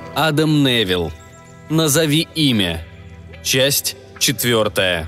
Адам Невилл. Назови имя. Часть 4.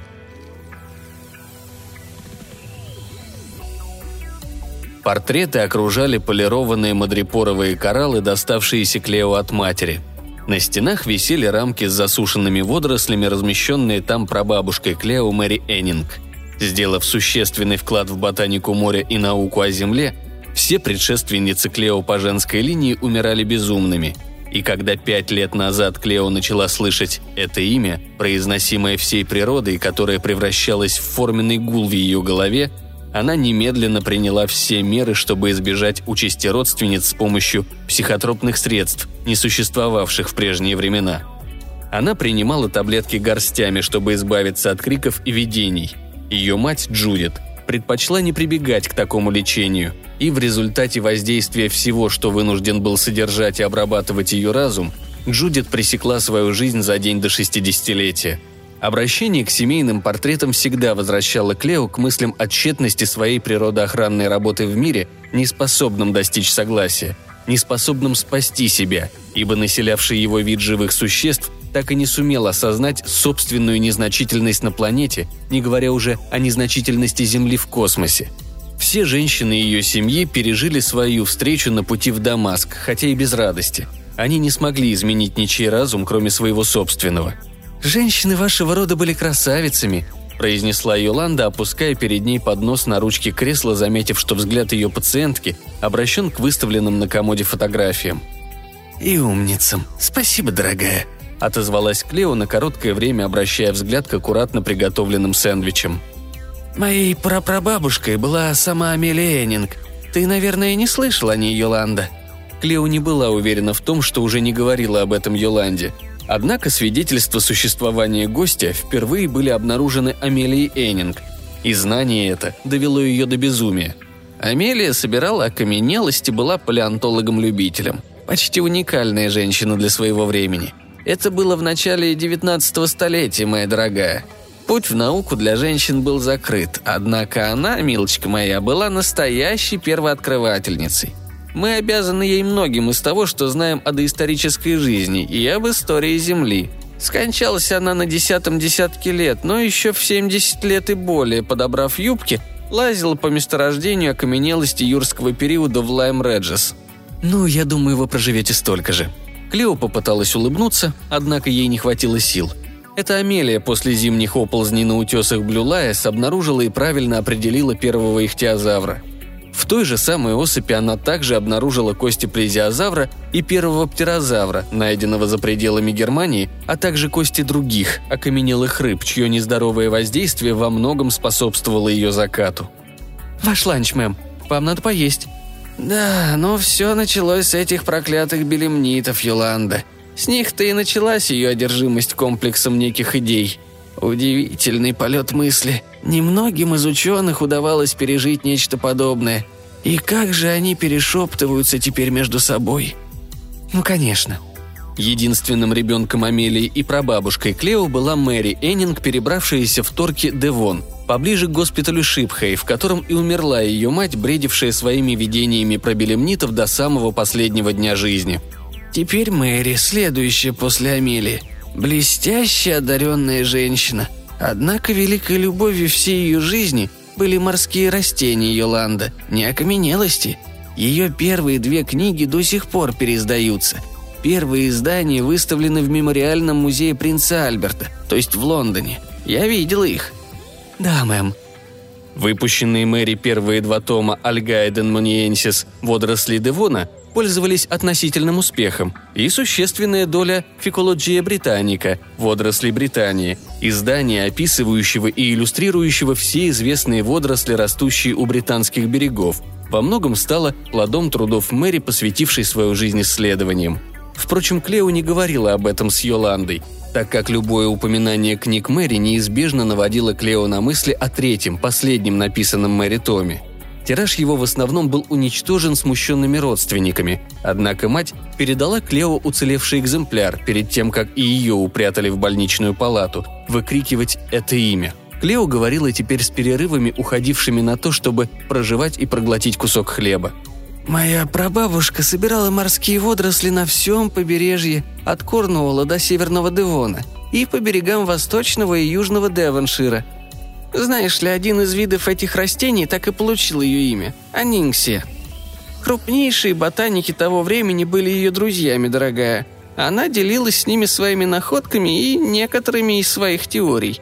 Портреты окружали полированные мадрипоровые кораллы, доставшиеся Клео от матери. На стенах висели рамки с засушенными водорослями, размещенные там прабабушкой Клео Мэри Эннинг. Сделав существенный вклад в ботанику моря и науку о Земле, все предшественницы Клео по женской линии умирали безумными. И когда 5 лет назад Клео начала слышать это имя, произносимое всей природой, которое превращалось в форменный гул в ее голове, она немедленно приняла все меры, чтобы избежать участи родственниц с помощью психотропных средств, не существовавших в прежние времена. Она принимала таблетки горстями, чтобы избавиться от криков и видений. Ее мать, Джудит, предпочла не прибегать к такому лечению, и в результате воздействия всего, что вынужден был содержать и обрабатывать ее разум, Джудит пресекла свою жизнь за день до 60-летия. Обращение к семейным портретам всегда возвращало Клео к мыслям о тщетности своей природоохранной работы в мире, неспособном достичь согласия, неспособном спасти себя, ибо населявший его вид живых существ так и не сумел осознать собственную незначительность на планете, не говоря уже о незначительности Земли в космосе. Все женщины ее семьи пережили свою встречу на пути в Дамаск, хотя и без радости. Они не смогли изменить ничей разум, кроме своего собственного. «Женщины вашего рода были красавицами», – произнесла Йоланда, опуская перед ней поднос на ручке кресла, заметив, что взгляд ее пациентки обращен к выставленным на комоде фотографиям. «И умницам. Спасибо, дорогая», – отозвалась Клео на короткое время, обращая взгляд к аккуратно приготовленным сэндвичам. «Моей прапрабабушкой была сама Амелия Эннинг. Ты, наверное, не слышал о ней, Йоланда?» Клео не была уверена в том, что уже не говорила об этом Йоланде. Однако свидетельства существования гостя впервые были обнаружены Амелией Эннинг, и знание это довело ее до безумия. Амелия собирала окаменелости, была палеонтологом-любителем. Почти уникальная женщина для своего времени. Это было в начале 19 столетия, моя дорогая. Путь в науку для женщин был закрыт, однако она, милочка моя, была настоящей первооткрывательницей. Мы обязаны ей многим из того, что знаем о доисторической жизни и об истории Земли. Скончалась она на 10-м десятке лет, но еще в 70 лет и более, подобрав юбки, лазила по месторождению окаменелости юрского периода в Лайм-Реджес. «Ну, я думаю, вы проживете столько же». Клео попыталась улыбнуться, однако ей не хватило сил. Это Амелия после зимних оползней на утесах Блюлайс обнаружила и правильно определила первого ихтиозавра. В той же самой особи она также обнаружила кости плезиозавра и первого птерозавра, найденного за пределами Германии, а также кости других, окаменелых рыб, чье нездоровое воздействие во многом способствовало ее закату. «Ваш ланч, мэм. Вам надо поесть». «Да, но все началось с этих проклятых белемнитов, Йоланда. С них-то и началась ее одержимость комплексом неких идей. Удивительный полет мысли. Немногим из ученых удавалось пережить нечто подобное. И как же они перешептываются теперь между собой?» «Ну, конечно». Единственным ребенком Амелии и прабабушкой Клео была Мэри Эннинг, перебравшаяся в Торки-де-Вон, поближе к госпиталю Шипхей, в котором и умерла ее мать, бредившая своими видениями про белемнитов до самого последнего дня жизни. «Теперь Мэри, следующая после Амелии. Блестящая одаренная женщина. Однако великой любовью всей ее жизни были морские растения, Йоланда, не окаменелости. Ее первые 2 книги до сих пор переиздаются. Первые издания выставлены в мемориальном музее принца Альберта, то есть в Лондоне. Я видела их». «Да, мэм». Выпущенные Мэри первые 2 тома «Альгаиден Мониенсис. Водоросли Девона» пользовались относительным успехом, и существенная доля «Фикология Британика» – «Водоросли Британии», издания, описывающего и иллюстрирующего все известные водоросли, растущие у британских берегов, во многом стала плодом трудов Мэри, посвятившей свою жизнь исследованиям. Впрочем, Клео не говорила об этом с Йоландой, так как любое упоминание книг Мэри неизбежно наводило Клео на мысли о 3-м, последнем написанном Мэри томе. Тираж его в основном был уничтожен смущенными родственниками, однако мать передала Клео уцелевший экземпляр перед тем, как и ее упрятали в больничную палату, выкрикивать это имя. Клео говорила теперь с перерывами, уходившими на то, чтобы прожевать и проглотить кусок хлеба. Моя прабабушка собирала морские водоросли на всем побережье от Корнуолла до Северного Девона и по берегам Восточного и Южного Девоншира. Знаешь ли, один из видов этих растений так и получил ее имя – анингсия. Крупнейшие ботаники того времени были ее друзьями, дорогая. Она делилась с ними своими находками и некоторыми из своих теорий.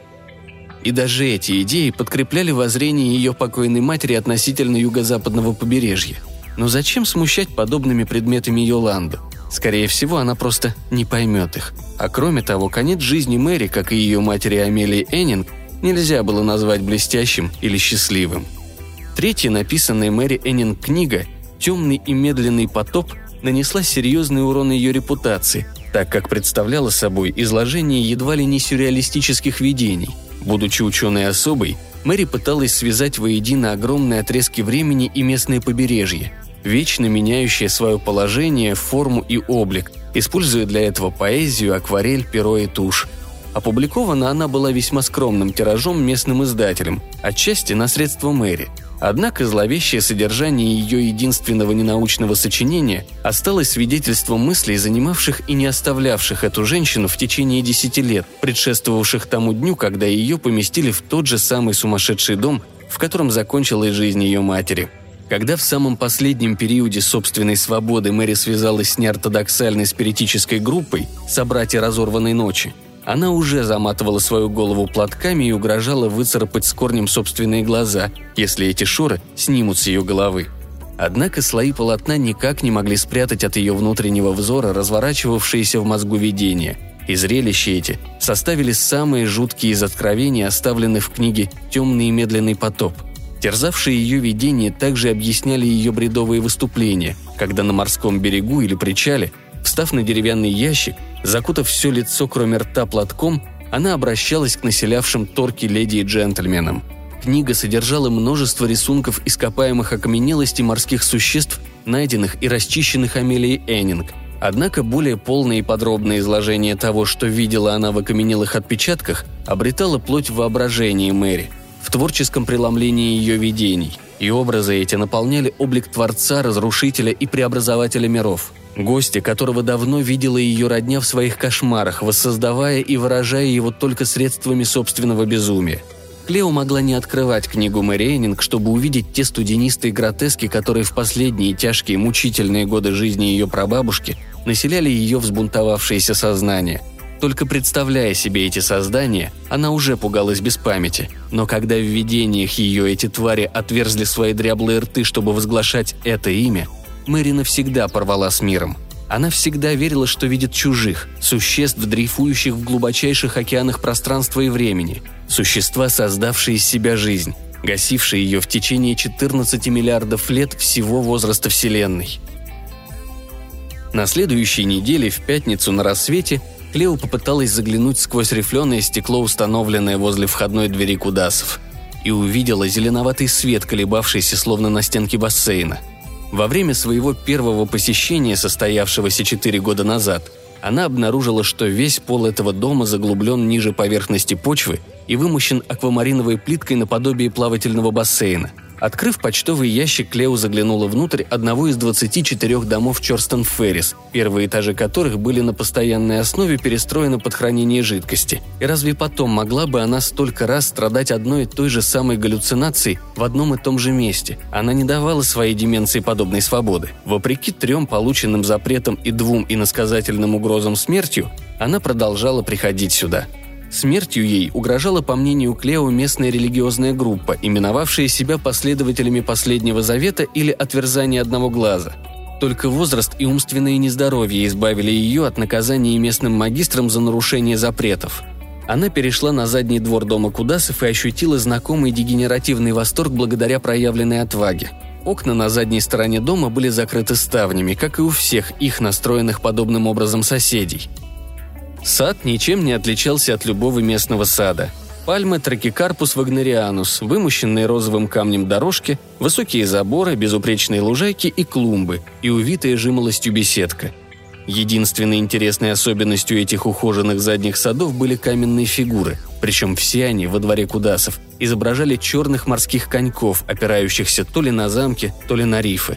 И даже эти идеи подкрепляли воззрение ее покойной матери относительно юго-западного побережья. Но зачем смущать подобными предметами Йоланду? Скорее всего, она просто не поймет их. А кроме того, конец жизни Мэри, как и ее матери Амелии Эннинг, нельзя было назвать блестящим или счастливым. Третья написанная Мэри Эннинг книга «Темный и медленный потоп» нанесла серьезный урон ее репутации, так как представляла собой изложение едва ли не сюрреалистических видений. Будучи ученой особой, Мэри пыталась связать воедино огромные отрезки времени и местное побережье, вечно меняющее свое положение, форму и облик, используя для этого поэзию, акварель, перо и тушь. Опубликована она была весьма скромным тиражом местным издателем, отчасти на средства Мэри. Однако зловещее содержание ее единственного ненаучного сочинения осталось свидетельством мыслей, занимавших и не оставлявших эту женщину в течение 10 лет, предшествовавших тому дню, когда ее поместили в тот же самый сумасшедший дом, в котором закончилась жизнь ее матери. Когда в самом последнем периоде собственной свободы Мэри связалась с неортодоксальной спиритической группой «Собратья разорванной ночи», она уже заматывала свою голову платками и угрожала выцарапать с корнем собственные глаза, если эти шоры снимут с ее головы. Однако слои полотна никак не могли спрятать от ее внутреннего взора разворачивавшиеся в мозгу видения, и зрелища эти составили самые жуткие из откровений, оставленных в книге «Темный и медленный потоп». Терзавшие ее видения также объясняли ее бредовые выступления, когда на морском берегу или причале, встав на деревянный ящик, закутав все лицо, кроме рта, платком, она обращалась к населявшим торки леди и джентльменам. Книга содержала множество рисунков ископаемых окаменелостей морских существ, найденных и расчищенных Амелией Эннинг. Однако более полное и подробное изложение того, что видела она в окаменелых отпечатках, обретало плоть в воображении Мэри, в творческом преломлении ее видений, и образы эти наполняли облик Творца, Разрушителя и Преобразователя миров. Гостя, которого давно видела ее родня в своих кошмарах, воссоздавая и выражая его только средствами собственного безумия. Клео могла не открывать книгу Мэри Эннинг, чтобы увидеть те студенистые гротески, которые в последние тяжкие мучительные годы жизни ее прабабушки населяли ее взбунтовавшееся сознание. Только представляя себе эти создания, она уже пугалась без памяти. Но когда в видениях ее эти твари отверзли свои дряблые рты, чтобы возглашать это имя, Мэри навсегда порвала с миром. Она всегда верила, что видит чужих, существ, дрейфующих в глубочайших океанах пространства и времени, существа, создавшие из себя жизнь, гасившие ее в течение 14 миллиардов лет всего возраста Вселенной. На следующей неделе, в пятницу на рассвете, Клео попыталась заглянуть сквозь рифленое стекло, установленное возле входной двери Кудасов, и увидела зеленоватый свет, колебавшийся словно на стенке бассейна. Во время своего первого посещения, состоявшегося 4 года назад, она обнаружила, что весь пол этого дома заглублен ниже поверхности почвы и вымощен аквамариновой плиткой наподобие плавательного бассейна. Открыв почтовый ящик, Клео заглянула внутрь одного из 24 домов Чорстон-Феррис, первые этажи которых были на постоянной основе перестроены под хранение жидкости. И разве потом могла бы она столько раз страдать одной и той же самой галлюцинацией в одном и том же месте? Она не давала своей деменции подобной свободы. Вопреки 3 полученным запретам и 2 иносказательным угрозам смертью, она продолжала приходить сюда. Смертью ей угрожала, по мнению Клео, местная религиозная группа, именовавшая себя последователями Последнего Завета или Отверзания одного глаза. Только возраст и умственное нездоровье избавили ее от наказания местным магистрам за нарушение запретов. Она перешла на задний двор дома Кудасов и ощутила знакомый дегенеративный восторг благодаря проявленной отваге. Окна на задней стороне дома были закрыты ставнями, как и у всех их настроенных подобным образом соседей. Сад ничем не отличался от любого местного сада. Пальмы Тракикарпус вагнерианус, вымощенные розовым камнем дорожки, высокие заборы, безупречные лужайки и клумбы, и увитая жимолостью беседка. Единственной интересной особенностью этих ухоженных задних садов были каменные фигуры, причем все они во дворе Кудасов изображали черных морских коньков, опирающихся то ли на замки, то ли на рифы.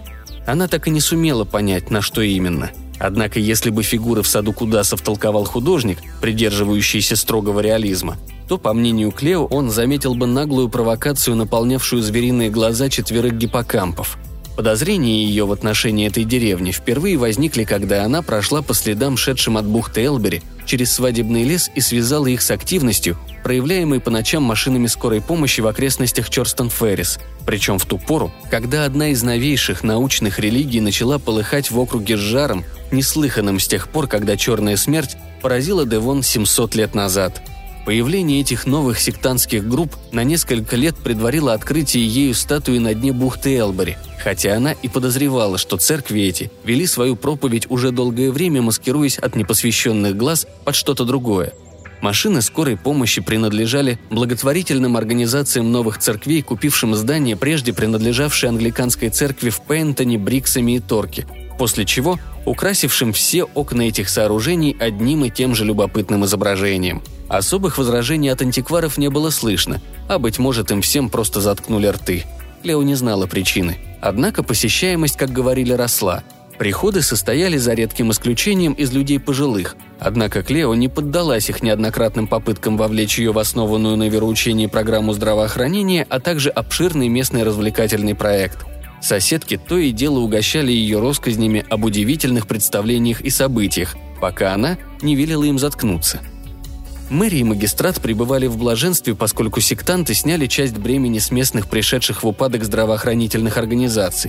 Она так и не сумела понять, на что именно. Однако, если бы фигуры в саду Кудасов толковал художник, придерживающийся строгого реализма, то, по мнению Клео, он заметил бы наглую провокацию, наполнявшую звериные глаза 4 гиппокампов. Подозрения ее в отношении этой деревни впервые возникли, когда она прошла по следам, шедшим от бухты Элбери, через свадебный лес и связала их с активностью, проявляемой по ночам машинами скорой помощи в окрестностях Чорстон-Феррис, причем в ту пору, когда одна из новейших научных религий начала полыхать в округе с жаром, неслыханным с тех пор, когда черная смерть поразила Девон 700 лет назад. Появление этих новых сектантских групп на несколько лет предварило открытие ею статуи на дне бухты Элбери, хотя она и подозревала, что церкви эти вели свою проповедь уже долгое время, маскируясь от непосвященных глаз под что-то другое. Машины скорой помощи принадлежали благотворительным организациям новых церквей, купившим здание, прежде принадлежавшее англиканской церкви в Пейнтоне, Бриксами и Торке, после чего украсившим все окна этих сооружений одним и тем же любопытным изображением. Особых возражений от антикваров не было слышно, а, быть может, им всем просто заткнули рты. Клео не знала причины. Однако посещаемость, как говорили, росла. Приходы состояли, за редким исключением, из людей пожилых. Однако Клео не поддалась их неоднократным попыткам вовлечь ее в основанную на вероучении программу здравоохранения, а также обширный местный развлекательный проект. Соседки то и дело угощали ее россказнями об удивительных представлениях и событиях, пока она не велела им заткнуться. Мэрия и магистрат пребывали в блаженстве, поскольку сектанты сняли часть бремени с местных пришедших в упадок здравоохранительных организаций.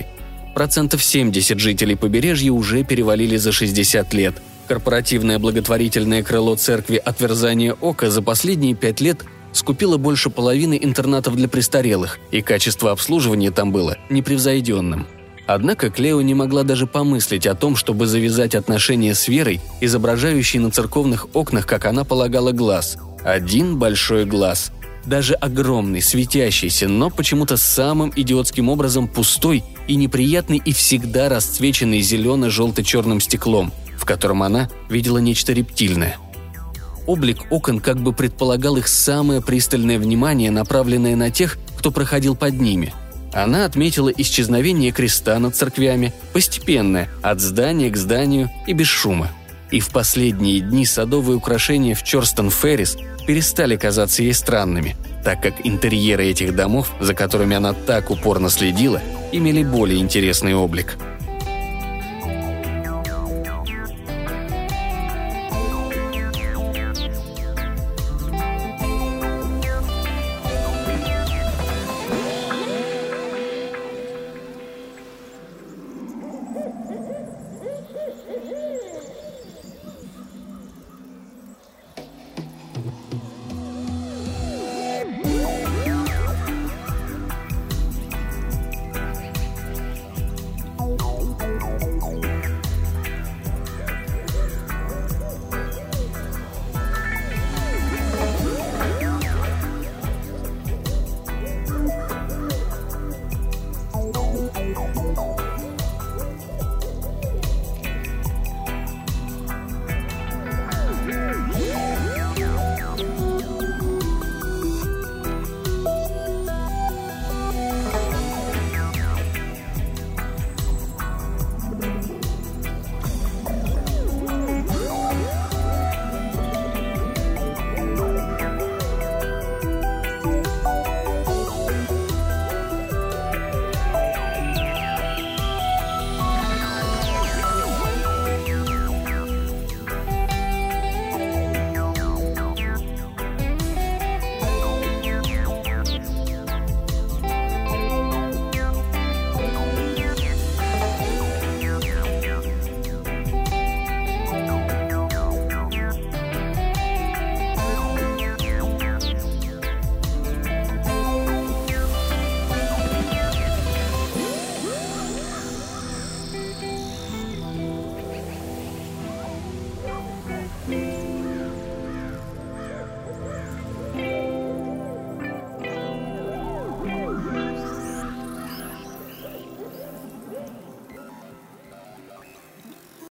70% жителей побережья уже перевалили за 60 лет. Корпоративное благотворительное крыло церкви «Отверзание ока» за последние 5 лет скупило больше половины интернатов для престарелых, и качество обслуживания там было непревзойденным. Однако Клео не могла даже помыслить о том, чтобы завязать отношения с Верой, изображающей на церковных окнах, как она полагала, глаз. Один большой глаз. Даже огромный, светящийся, но почему-то самым идиотским образом пустой и неприятный и всегда расцвеченный зелено-желто-черным стеклом, в котором она видела нечто рептильное. Облик окон как бы предполагал их самое пристальное внимание, направленное на тех, кто проходил под ними. Она отметила исчезновение креста над церквями, постепенное, от здания к зданию и без шума. И в последние дни садовые украшения в Чорстон-Феррис перестали казаться ей странными, так как интерьеры этих домов, за которыми она так упорно следила, имели более интересный облик.